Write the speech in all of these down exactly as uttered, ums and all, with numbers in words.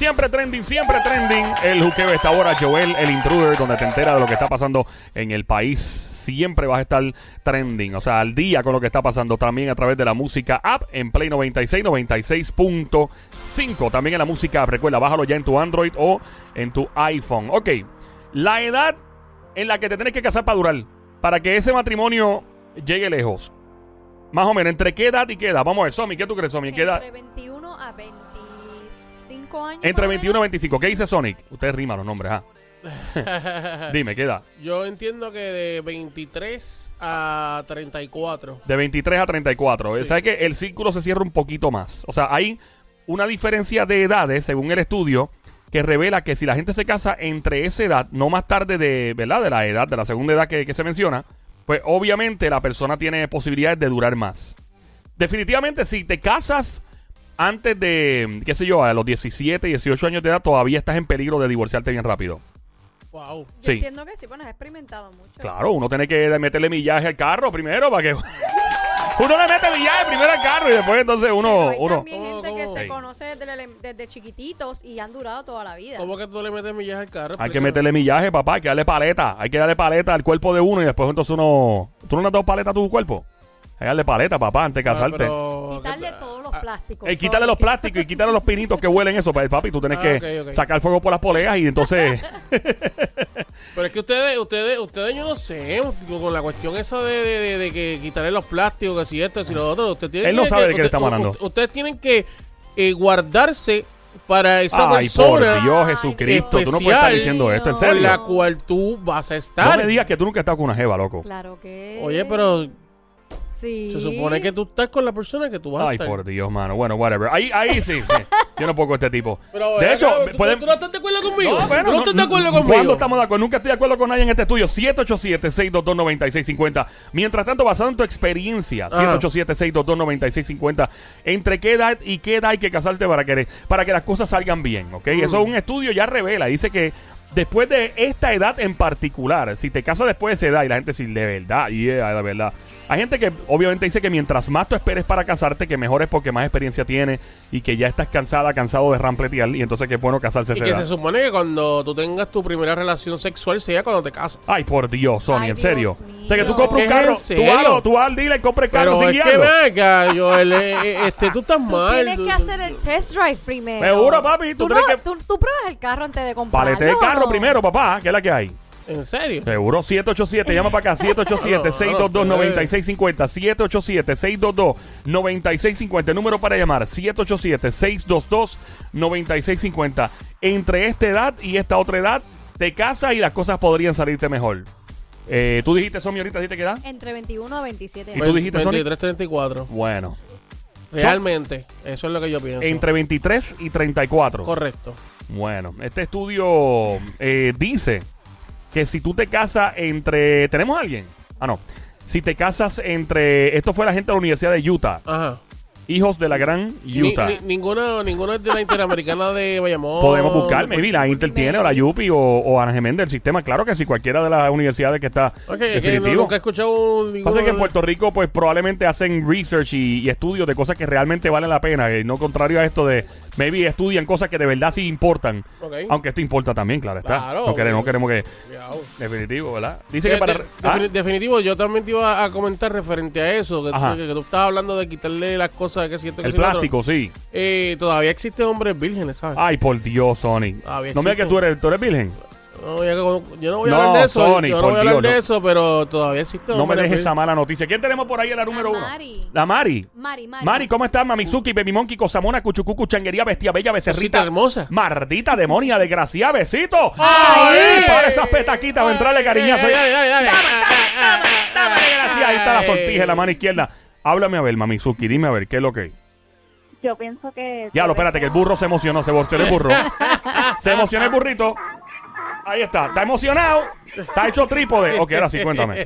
Siempre trending, siempre trending. El juqueo está ahora, Joel, el intruder, donde te enteras de lo que está pasando en el país. Siempre vas a estar trending, o sea, al día con lo que está pasando. También a través de la música app en Play noventa y seis, noventa y seis punto cinco. También en la música app, recuerda, bájalo ya en tu Android o en tu iPhone. Ok, la edad en la que te tienes que casar para durar, para que ese matrimonio llegue lejos. Más o menos, ¿entre qué edad y qué edad? Vamos a ver, Somi, ¿qué tú crees, Somi? ¿Qué edad? Entre veintiuno a veinticinco años. Entre veintiuno y veinticinco. ¿Qué dice Sonic? Ustedes riman los nombres, ¿ah? Dime, ¿qué edad? Yo entiendo que de veintitrés a treinta y cuatro. De veintitrés a treinta y cuatro. Sí. ¿Sabes que el círculo se cierra un poquito más? O sea, hay una diferencia de edades, según el estudio, que revela que si la gente se casa entre esa edad, no más tarde de, ¿verdad? De la edad, de la segunda edad que, que se menciona, pues obviamente la persona tiene posibilidades de durar más. Definitivamente, si te casas antes de, qué sé yo, a los diecisiete, dieciocho años de edad, todavía estás en peligro de divorciarte bien rápido. Wow. Yo Sí. entiendo que sí, bueno, has experimentado mucho. Claro, uno tiene que meterle millaje al carro primero para que... Uno le mete millaje primero al carro y después entonces Pero uno... hay uno también ¿Cómo, gente que cómo? se Sí. conoce desde, desde chiquititos y han durado toda la vida. ¿Cómo que tú le metes millas al carro? Hay que Explícame. meterle millaje, papá, hay que darle paleta. Hay que darle paleta al cuerpo de uno y después entonces uno... ¿Tú no le has dado paleta a tu cuerpo? Hay que darle paleta, papá, antes de Ah, casarte. pero- Quitarle ¿qué- todos los plásticos. Eh, quítale los Sonic. plásticos y quítale los pinitos que huelen eso, pa- papi. Tú tienes Ah, que ok, ok. sacar fuego por las poleas y entonces... Pero es que ustedes, ustedes, ustedes, yo no sé, con la cuestión esa de, de, de, de que quitarle los plásticos, que si esto, si lo otro, usted tiene Él no que- sabe de que- qué le estamos usted- hablando. Ustedes tienen que eh, guardarse para esa Ay, por persona Dios, Ay, Jesucristo. Tú no puedes especial estar diciendo esto, en con con serio. la cual tú vas a estar. No me digas que tú nunca has estado con una jeva, loco. Claro que. Oye, pero Sí. se supone que tú estás con la persona que tú vas a Ay, estar. por Dios, mano. Bueno, whatever. Ahí, ahí sí. sí. Yo no puedo con este tipo. Pero, De ven hecho, acá, ¿tú, pueden... ¿tú no estás de acuerdo conmigo? No, bueno, ¿Tú no estás de acuerdo conmigo? ¿Cuándo estamos de acuerdo? Nunca estoy de acuerdo con nadie en este estudio. siete ocho siete, seis dos dos, nueve seis cinco cero. Mientras tanto, basado en tu experiencia, Ajá. siete ocho siete, seis dos dos, nueve seis cinco cero. ¿Entre qué edad y qué edad hay que casarte para que, para que las cosas salgan bien? ¿Ok? Mm. Eso es un estudio ya revela. Dice que después de esta edad en particular, si te casas después de esa edad y la gente dice, de verdad, yeah, de verdad. Hay gente que obviamente dice que mientras más tú esperes para casarte, que mejor es porque más experiencia tienes y que ya estás cansada, cansado de rampletear y entonces que es bueno casarse a Y esa que edad. se supone que cuando tú tengas tu primera relación sexual sea cuando te casas. Ay, por Dios, Sony, Ay, en serio. Dios O sea, que tú mío. compras un ¿Es carro, en tú serio? vas, al- tú vas al dealer y compras el carro Pero sin es que guiarlo. venga, Joel, eh, eh, este, tú estás Tú mal. tienes tú- que hacer el test drive primero. Seguro, papi, tú Tú, tienes no- que- tú, tú pruebas el carro antes de comprarlo. Palete el carro primero, papá, que es la que hay. ¿En serio? Seguro, siete ocho siete, llama para acá, siete ocho siete, seis dos dos, nueve seis cinco cero, siete ocho siete, seis dos dos, nueve seis cinco cero, el número para llamar, siete ocho siete, seis dos dos, nueve seis cinco cero. Entre esta edad y esta otra edad, te casas y las cosas podrían salirte mejor. Eh, tú dijiste, Somi, ahorita, ¿dijiste qué edad? Entre veintiuno a veintisiete ¿Y años. tú dijiste, Sony? veintitrés, treinta y cuatro. Bueno, Realmente, eso es lo que yo pienso. entre veintitrés y treinta y cuatro. Correcto. Bueno, este estudio eh, dice que si tú te casas entre... ¿Tenemos a alguien? Ah, no. Si te casas entre... Esto fue la gente de la Universidad de Utah. Ajá. Hijos de la gran Ni- Utah. ni- ninguno, ninguno es de la Interamericana de Bayamón. Podemos buscar, maybe la Intel Maybe. tiene o la Yupi o, o Ana Geméndez del sistema. Claro que sí, cualquiera de las universidades que está Ok, es que no- definitivo. nunca he escuchado ninguno. Pasa que en de- Puerto Rico pues probablemente hacen research y, y estudios de cosas que realmente valen la pena, y no contrario a esto de maybe estudian cosas que de verdad sí importan. Ok. Aunque esto importa también, claro está. Claro, no, queremos, no ok. queremos que... Miau. Definitivo, ¿verdad? Dice De- que para... de- ¿Ah? defini- Definitivo, yo también te iba a comentar referente a eso, que, Ajá. tú, que, que tú estabas hablando de quitarle las cosas que siento que El si lo otro. plástico, sí. Eh, todavía existen hombres vírgenes, ¿sabes? Ay, por Dios, Sony. Todavía No me digas que existen. tú eres, tú eres virgen. No voy a- yo no voy a No, hablar de eso, Sony, yo no por voy a hablar Dios, de no. eso, pero todavía existen No me hombres dejes esa vírgenes. mala noticia. ¿Quién tenemos por ahí en la número La uno? Mari. La Mari. Mari, Mari. Mari, ¿cómo estás? Mamizuki, Baby Monkey, Cosamona, Cuchucucu, Changuería, Bestia Bella, Becerrita. Cosita hermosa. Mardita demonia, desgraciada, besito. ¡Ay! Para esas petaquitas, va a entrarle cariñazo. Dale, dale, dale. Dame, dame, desgraciada. Ahí está la sortija en la mano izquierda. Háblame a ver, Mamizuki, dime a ver, ¿qué es lo que es? Yo pienso que... Ya, lo espérate, que el burro se emocionó, se emocionó el burro. Se emocionó el burrito. Ahí está, está emocionado. Está hecho trípode. Ok, ahora sí, cuéntame.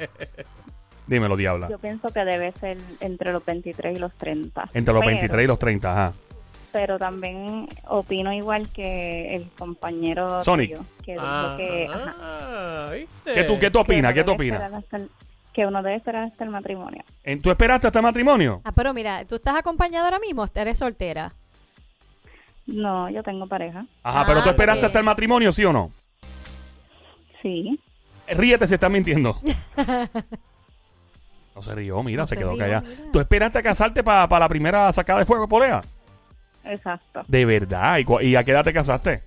Dímelo, diabla. Yo pienso que debe ser entre los veintitrés y los treinta. Entre los Pero- veintitrés y los treinta, ajá. Pero también opino igual que el compañero Sonic. tuyo, que dijo Ah, que... ajá, ah, ¿viste? ¿Qué tú, qué tú que opinas? uno ¿Qué tú debe opinas? esperar hasta el- que uno debe esperar hasta el matrimonio. ¿En- ¿Tú esperaste hasta el matrimonio? Ah, pero mira, ¿tú estás acompañada ahora mismo o eres soltera? No, yo tengo pareja. Ajá, pero Ah, tú esperaste ok. hasta el matrimonio, ¿sí o no? Sí. Ríete si estás mintiendo. No se rió, mira, No se se quedó rió, callada. mira. ¿Tú esperaste a casarte para la primera sacada de fuego de polea? Exacto. De verdad. ¿Y, cu- y a qué edad te casaste?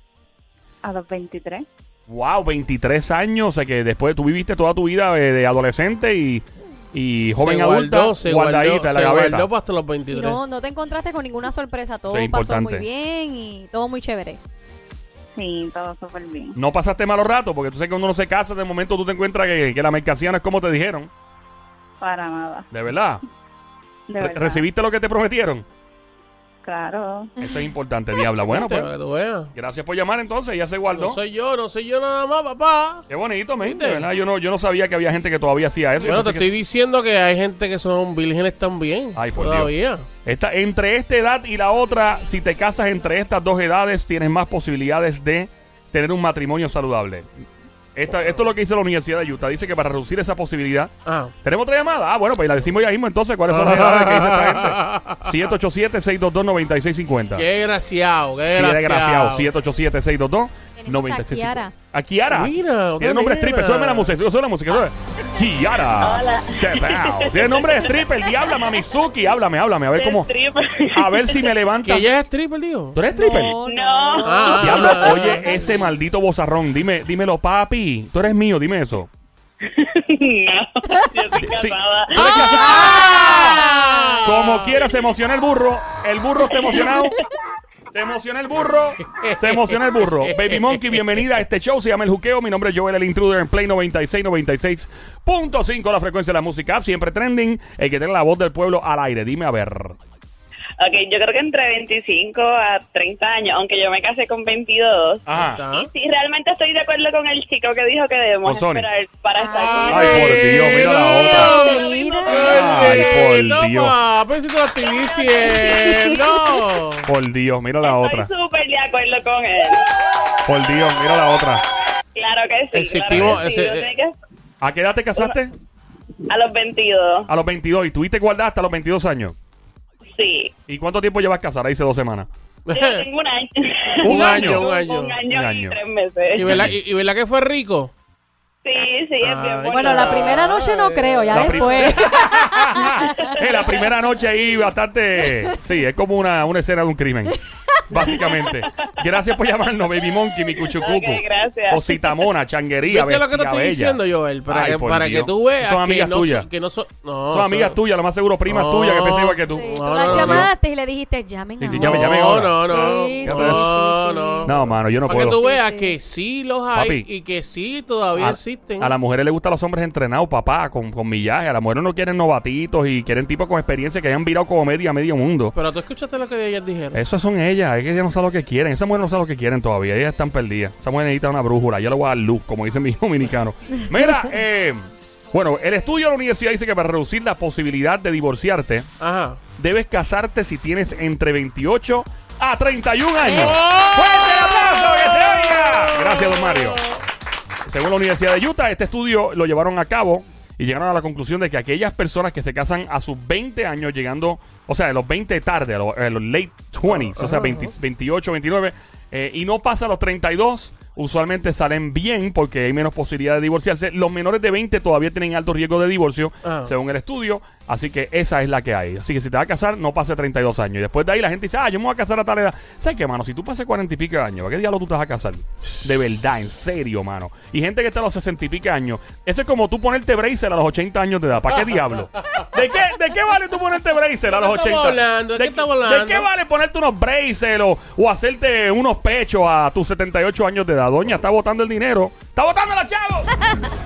A los veintitrés. Wow, veintitrés años. O sea que después tú viviste toda tu vida de, de adolescente y, y joven se adulta guardó, se guardadita guardó, en la se gaveta. guardó para hasta los Y veintitrés. no, no te encontraste con ninguna sorpresa. Todo Eso es pasó importante. muy bien y todo muy chévere. Sí, todo súper bien. No pasaste malos ratos, porque tú sabes que cuando uno se casa, de momento tú te encuentras que, que la mercancía no es como te dijeron. Para nada. De verdad. De Re- verdad. ¿Recibiste lo que te prometieron? Claro. Eso es importante, diabla. Bueno, Viste, pues, para que tú veas. gracias por llamar entonces. Ya se guardó. No soy yo, no soy yo nada más, papá. Qué bonito, mente, ¿Viste? ¿verdad? Yo no, yo no sabía que había gente que todavía hacía eso. Yo Bueno, te pensé que- estoy diciendo que hay gente que son vírgenes también. Ay, por todavía. Esta, entre esta edad y la otra, si te casas entre estas dos edades, tienes más posibilidades de tener un matrimonio saludable. Esta, esto es lo que dice la Universidad de Utah. Dice que para reducir esa posibilidad... Ah. ¿Tenemos otra llamada? Ah, bueno, pues la decimos ya mismo entonces. ¿Cuáles son las edades que dice esta gente? siete ocho siete, seis dos dos, nueve seis cinco cero. Qué desgraciado, qué Sí, desgraciado. desgraciado. siete ocho siete, seis dos dos, Tenemos nueve a seis cinco cero. Kiara. A Kiara. Mira, otra Tiene nombre nena. stripper. Súbeme la música. Súbeme la música. súbeme. Kiara. Step out. Tiene nombre de stripper. Diabla, Mamizuki. Háblame, háblame. A ver cómo... A ver si me Que levantas. ella es stripper, digo. ¿Tú eres stripper? No, No. Ah, Diablo, ah, ah, oye, ah. ese maldito bozarrón. Dime, dímelo, papi. Tú eres mío, dime eso. No, yo estoy Sí. casada. ¿Tú eres casado? ¡Ah! Como quiera, se emociona el burro. El burro está emocionado. Se emociona el burro. Se emociona el burro. Baby Monkey, bienvenida a este show. Se llama El Juqueo. Mi nombre es Joel, el Intruder, en Play noventa y seis, noventa y seis punto cinco, la frecuencia de la música. Siempre trending. El que tiene la voz del pueblo al aire. Dime a ver. Ok, yo creo que entre veinticinco a treinta años, aunque yo me casé con veintidós. Ajá. ¿Ah? Y sí, realmente estoy de acuerdo con el chico que dijo que debemos Con Sony. esperar para estar Ay, con Ay, por Dios, mira la otra. Mira. Ay, por no, Dios. papi, si te lo estoy diciendo. Por Dios, mira la otra. Estoy súper de acuerdo con él. Por Dios, mira la otra. Claro que sí. Existimos, claro que sí. ese- Uno tiene que- ¿A qué edad te casaste? A los veintidós, A los veintidós. ¿Y tuviste guardada hasta los veintidós años? sí. ¿Y cuánto tiempo llevas casada? Hice dos semanas. Yo tengo un año. Un año, un año. Un año, Un y año. tres meses. ¿Y verdad, y, y verdad que fue rico? Sí, sí, es Ay, bien bonito. Bueno, la primera noche no creo, ya La prim- después. Eh, la primera noche ahí bastante... Sí, es como una, una escena de un crimen. Básicamente. Gracias por llamarnos, Baby Monkey, mi cuchucucu. Ok, gracias. O citamona, changuería, ¿Viste lo que te bestia estoy bella. diciendo, Joel? Para, Ay, que, por para Dios. que tú veas Son que amigas no, tuyas. son- que no son... No, Son amigas tuyas, lo más seguro primas No. tuyas que pensé igual que tú. Sí, No, tú no, las no, no. llamaste y le dijiste, llamen Sí, sí, ahora. llame, llame no, ahora. no, no, Sí, no, sí, no, sí, no. No, mano, yo no Para que puedo. tú veas Sí, sí. que sí los hay Papi. y que sí todavía A, existen. a las mujeres les gustan los hombres entrenados, papá, con, con millaje. A las mujeres no quieren novatitos y quieren tipos con experiencia que hayan virado como media, medio mundo. Pero tú escuchaste lo que ellas dijeron. Esas son ellas, es que ellas no saben lo que quieren. Esas mujeres no saben lo que quieren todavía, ellas están perdidas. Esa mujer necesita una brújula, yo le voy a dar luz, como dice mi dominicano. Mira, eh, bueno, el estudio de la universidad dice que para reducir la posibilidad de divorciarte, Ajá. debes casarte si tienes entre veintiocho a treinta y un años. ¡Oh! ¡Fuerte el aplauso, que se oiga! Gracias, don Mario. Según la Universidad de Utah, este estudio lo llevaron a cabo y llegaron a la conclusión de que aquellas personas que se casan a sus veinte años, llegando, o sea, a los veinte tarde, a los, a los late twenties, o sea, veinte, veintiocho, veintinueve, eh, y no pasa a los treinta y dos, usualmente salen bien porque hay menos posibilidad de divorciarse. Los menores de veinte todavía tienen alto riesgo de divorcio, Ah. según el estudio. Así que esa es la que hay. Así que si te vas a casar, no pase treinta y dos años. Y después de ahí la gente dice, ah, yo me voy a casar a tal edad. ¿Sabes qué, mano? Si tú pases cuarenta y pico años, ¿a qué diablo tú te vas a casar? De verdad, en serio, mano. Y gente que está a los sesenta y pico años. Eso es como tú ponerte bracer a los ochenta años de edad. ¿Para qué diablo? ¿De qué, ¿De qué vale tú ponerte bracer a los ¿De qué ochenta? estamos hablando? ¿De qué estamos ¿De hablando? qué vale ponerte unos braces o, o hacerte unos pechos a tus setenta y ocho años de edad? Doña, está botando el dinero. ¡Está botando los chavos!